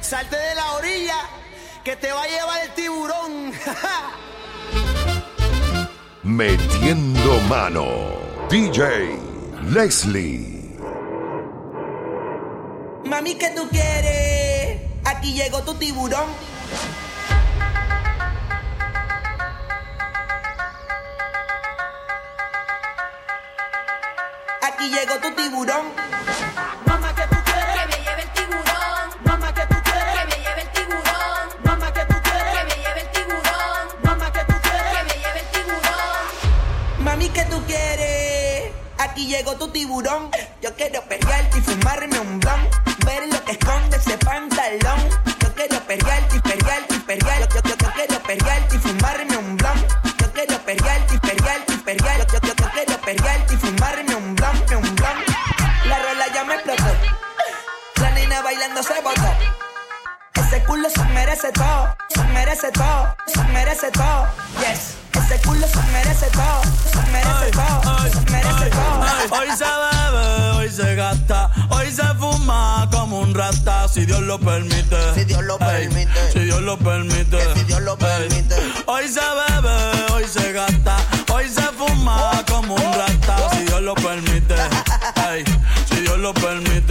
Salte de la orilla, que te va a llevar el tiburón. Metiendo mano, DJ Leslie. Mami, ¿qué tú quieres? Aquí llegó tu tiburón. Aquí llegó tu tiburón. Mamá, ¿qué tú quieres? Que me lleve el tiburón. Mamá, ¿qué tú quieres? Que me lleve el tiburón. Mamá, ¿qué tú quieres? Que me lleve el tiburón. Mamá, ¿qué tú quieres? Que me lleve el tiburón. Mami, ¿qué tú quieres? Aquí llegó tu tiburón. Yo quiero perrearte y fumarme un blunt. Ver lo que esconde ese pantalón. Yo quiero perrearte y perrearte y perrear. Yo quiero perrearte y fumarme un blunt. Yo quiero perrearte y perrearte y perrear. Yo quiero perrearte y fumarme un blunt, un blunt. La rola ya me explotó. La nena bailando se botó. Ese culo se merece todo, se merece todo, se merece todo. Yes. Ese culo se merece todo, se merece todo, se merece todo. Hoy se bebe, hoy se gasta, hoy se fuma como un rata, si Dios lo permite. Si Dios lo permite. Si Dios lo permite. Si Dios lo permite. Hoy se bebe, hoy se gasta, hoy se fuma como un rata, si Dios lo permite. Ey, si Dios lo permite.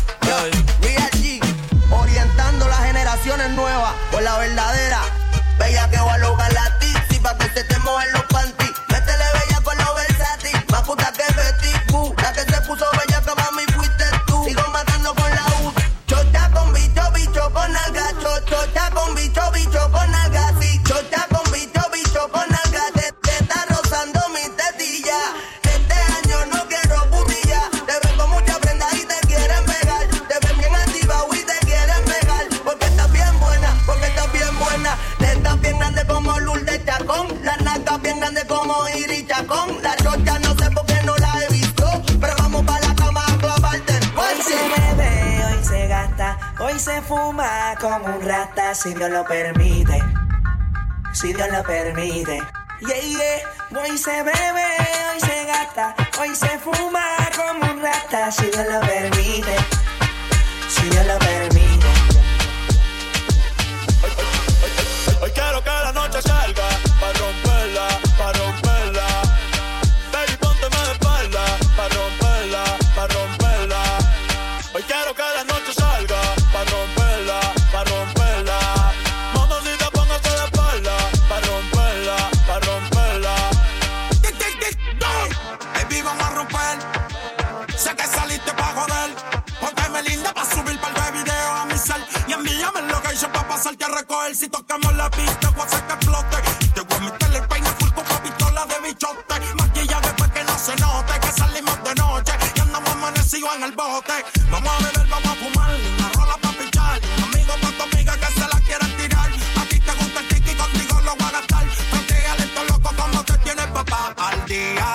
Real G, orientando las generaciones nuevas por la verdadera. Bella que va a lograr la tizi pa' que se te mojen los panties. Métele bella con los versátil, más puta que Betty, la que se puso bella que mami fuiste tú. Sigo matando con la U. Chocha con bicho, bicho con alga. Chocha con bicho, bicho con alga. Sí, chocha con bicho, bicho con alga. Te está rozando mi tetilla. Este año no quiero putilla. Te ven con mucha prenda y te quieren pegar. Te ven bien activa y te quieren pegar. Porque estás bien buena, porque estás bien buena. Estás bien grande como Lourdes Chacón. La naca bien grande como Iris Chacón. La chocha no sé por qué no la he visto, pero vamos pa' la cama a clavarte. Hoy se bebe, hoy se gasta, hoy se fuma como un rata, si Dios lo permite. Si Dios lo permite. Yeah, yeah. Hoy se bebe, hoy se gasta, hoy se fuma como un rata, si Dios lo permite. Si Dios lo permite. Hoy quiero que la noche salga pa' romperla, pa' romperla. Baby, pónteme de espalda pa' romperla, pa' romperla. Hoy quiero que la noche salga pa' romperla, pa' romperla. Mamacita, póngase de espalda pa' romperla, pa' romperla. Baby, vamos a romper. Sé que saliste pa' joder. Pónteme linda pa' subir par de videos a mi cel. Y envíame el location pa' pasarte a recoger. Si tocamos la pista, voy a hacer que explote. Te voy a meterle el peine full con pistola de bichote. Maquilla después que no se note que salimos de noche y andamos amanecidos en el bote. Vamos a beber, vamos a fumar, una rola pa' pichar. Un amigo pa' tu amiga que se la quieran tirar. A ti te gusta el tiki, contigo lo voy a gastar. Protégale esto loco como te tienes papá al día.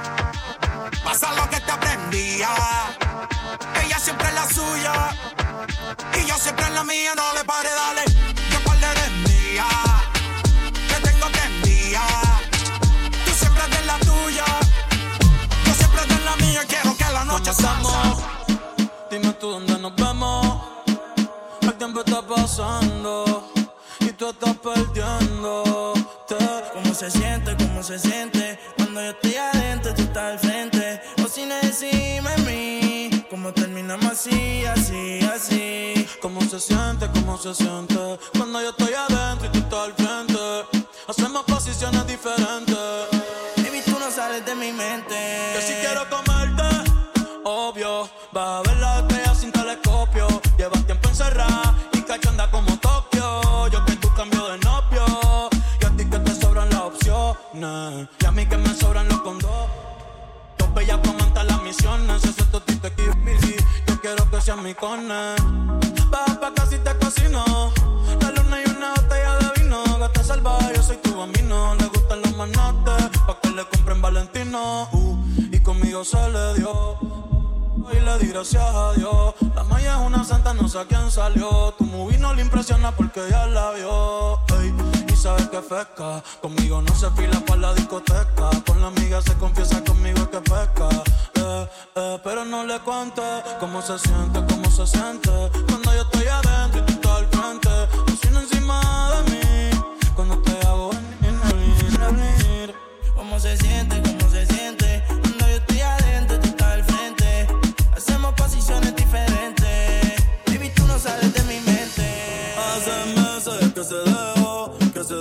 Pasa lo que te aprendía. Ella siempre es la suya y yo siempre en la mía. No le pare, dale, que par de eres mía. Que tengo que enviar. Tú siempre eres la tuya, yo siempre eres la mía. Quiero que la noche estamos. Dime tú dónde nos vemos. El tiempo está pasando y tú estás perdiéndote. ¿Cómo se siente? ¿Cómo se siente? Cuando yo estoy adentro, tú estás al frente. O si no decime a mí, ¿cómo terminamos así, así, así? ¿Cómo se siente? ¿Cómo se siente? Cuando yo estoy adentro y tú estás al frente. Hacemos posiciones diferentes. Baby, tú no sales de mi mente. Que si quiero comerte, obvio. Vas a ver las estrellas sin telescopio. Llevas tiempo encerrada y cachonda como Tokio. Yo que tú cambio de novio y a ti que te sobran las opciones y a mí que me sobran los condones. Dos bellas para montar las misiones. Ese totito aquí, yo quiero que seas mi cone. Baja pa' casa y te cocino. La luna y una botella de vino. Gata salvaje, yo soy tu bambino. Le gustan los manates, pa' que le compren Valentino. Y conmigo se le dio. Y le di gracias a Dios. La Maya es una santa, no sé a quién salió. Tu movie no le impresiona porque ya la vio. Ey, y sabes que pesca. Conmigo no se fila pa' la discoteca. Con la amiga se confiesa, conmigo es que pesca. Pero no le cuente cómo se siente cuando yo estoy adentro y tú estás al frente. frente, haciendo encima de mí. Cuando te hago venir. ¿Cómo se siente? ¿Cómo se siente? Cuando yo estoy adentro, tú estás al frente. Hacemos posiciones diferentes. Baby, tú no sales de mi mente. Hace meses que se dejó.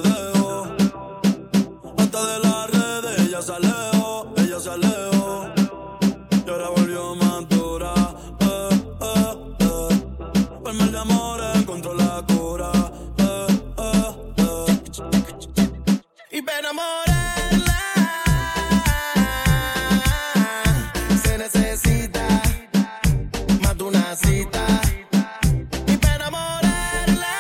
Hasta de las redes ella se alejó. Y ahora volvió más dura. Por mal de amor encontró la cura. Y para enamorarla se necesita más de una cita. Y para enamorarla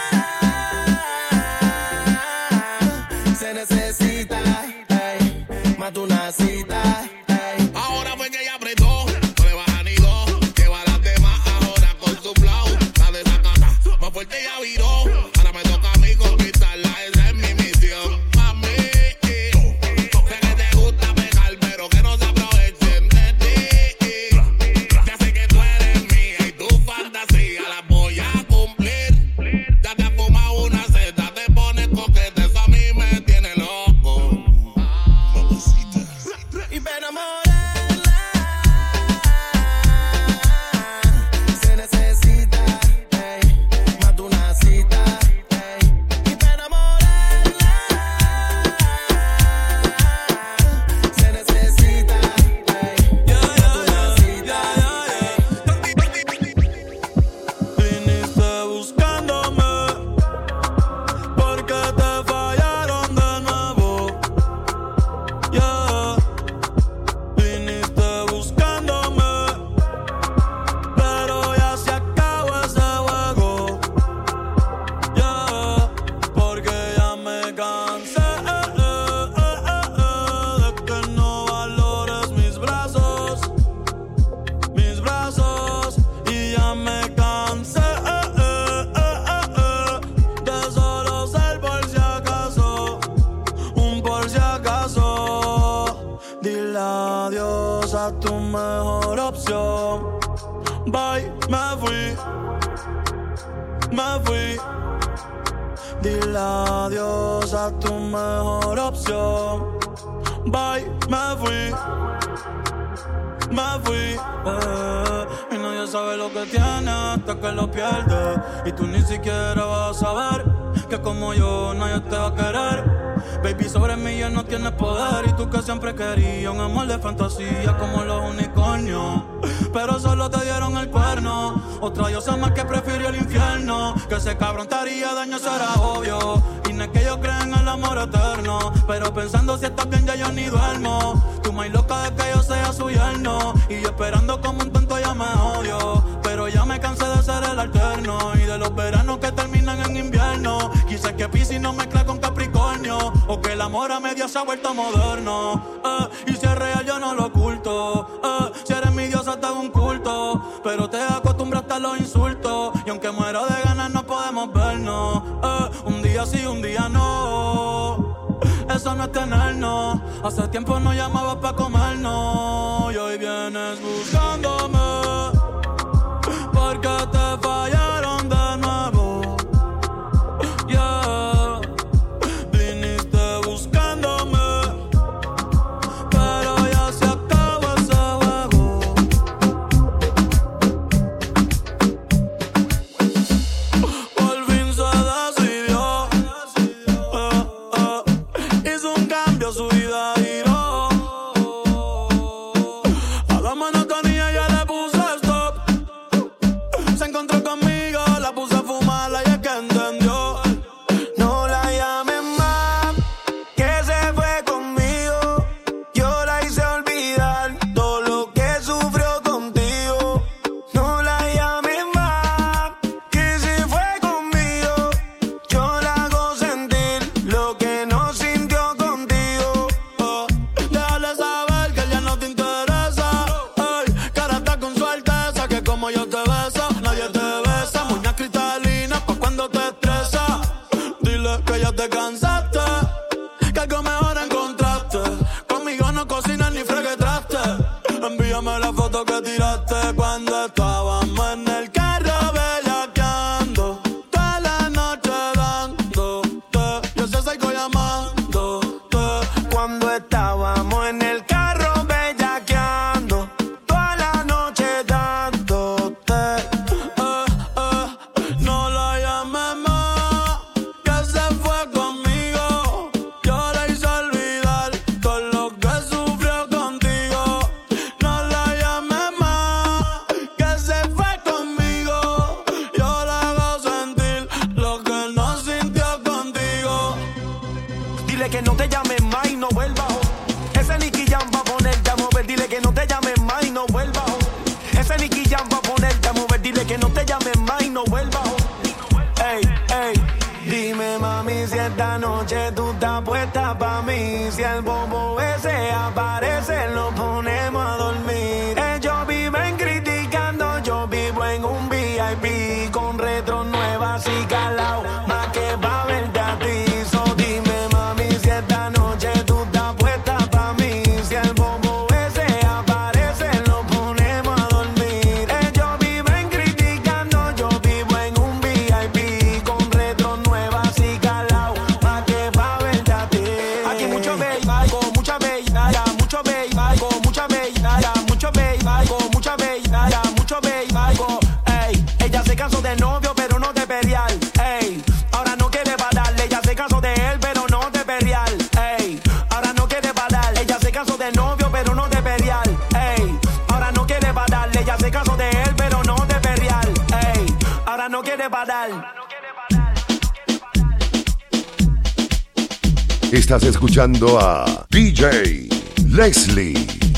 se necesita más de una cita. Ahora fue que ella apretó, no le baja ni dos. Lleva a las demás ahora con su flow. La desacata, más fuerte ya viró. Ahora me toca a mí conquistarla, esa es mi misión. Mami, sé que te gusta pegar, pero que no se aprovechen de ti. Ya sé que tú eres mía y tu fantasía la voy a cumplir. Ya te has fumado una seta, te pones coquete, eso a mí me tiene loco. Mamacita. Y para enamorarla se necesita más de una cita. Y para enamorarla se necesita más de una cita. Viniste buscándome porque te fallaron de nuevo. Yeah. Viniste buscándome, pero ya se acabó ese juego. Yeah. Porque ya me cansé de que no valores mis brazos. Y ya me cansé de solo ser por si acaso, un por si acaso. Dile adiós a tu mejor opción. Bye, me fui. Dile adiós a tu mejor opción. Bye, me fui. Y nadie sabe lo que tiene hasta que lo pierde. Y tú ni siquiera vas a saber que como yo nadie te va a querer. Baby, sobre mí ya no tienes poder. Y tú que siempre querías un amor de fantasía como los unicornios, pero solo te dieron el cuerno. Otra diosa más que prefirió el infierno. Que ese cabrón te haría daño, eso era obvio. Y no es que yo crea en el amor eterno, pero pensando si estás bien ya yo ni duermo. Tú más loca de que yo sea su yerno. Y yo esperando como un tonto ya me odio. Pero ya me cansé de ser el alterno y de los veranos que terminan en invierno. Quizás que Piscis no mezcla con Capricornio, o que el amor a media se ha vuelto moderno. Y si es real yo no lo oculto. Si eres mi diosa te hago un culto, pero te acostumbraste a los insultos. Y aunque muero de ganas no podemos vernos. Un día sí, un día no. Eso no es tenernos. Hace tiempo no llamabas pa' comernos. Y hoy vienes buscándome porque te fallaron de nuevo. Yeah. Viniste buscándome, pero ya se acabó ese juego. Por fin se decidió. Hizo un cambio, su vida giró. A la monotonía ya le puso de que no te llames más y no vuelvas. Ey, ey. Dime mami si esta noche tú estás puesta pa' mí. Si el bobo ese aparece lo ponemos a dormir. Ellos viven criticando, yo vivo en un VIP con retro nuevas y calao, más que pa' verte a ti. So dime mami si esta noche tú estás puesta pa' mí. Si el bobo ese aparece lo ponemos a dormir. Ellos viven criticando, yo vivo en un VIP con retro nuevas y calao, más que pa' verte a ti. Aquí mucho bella, con mucha bella, mucho bella, con mucha bella, mucho bella, con mucha bella, mucho bella, ey. Ella se casó de novio pero no de perial, ey. Ahora no quiere darle, ella se casó de él pero no de perial, ey. Ahora no quiere darle, ella se casó de novio pero no de perial, ey. Ahora no quiere darle, ella se casó de él pero no de perial, ey. Ahora no quiere parar. Estás escuchando a DJ Leslie.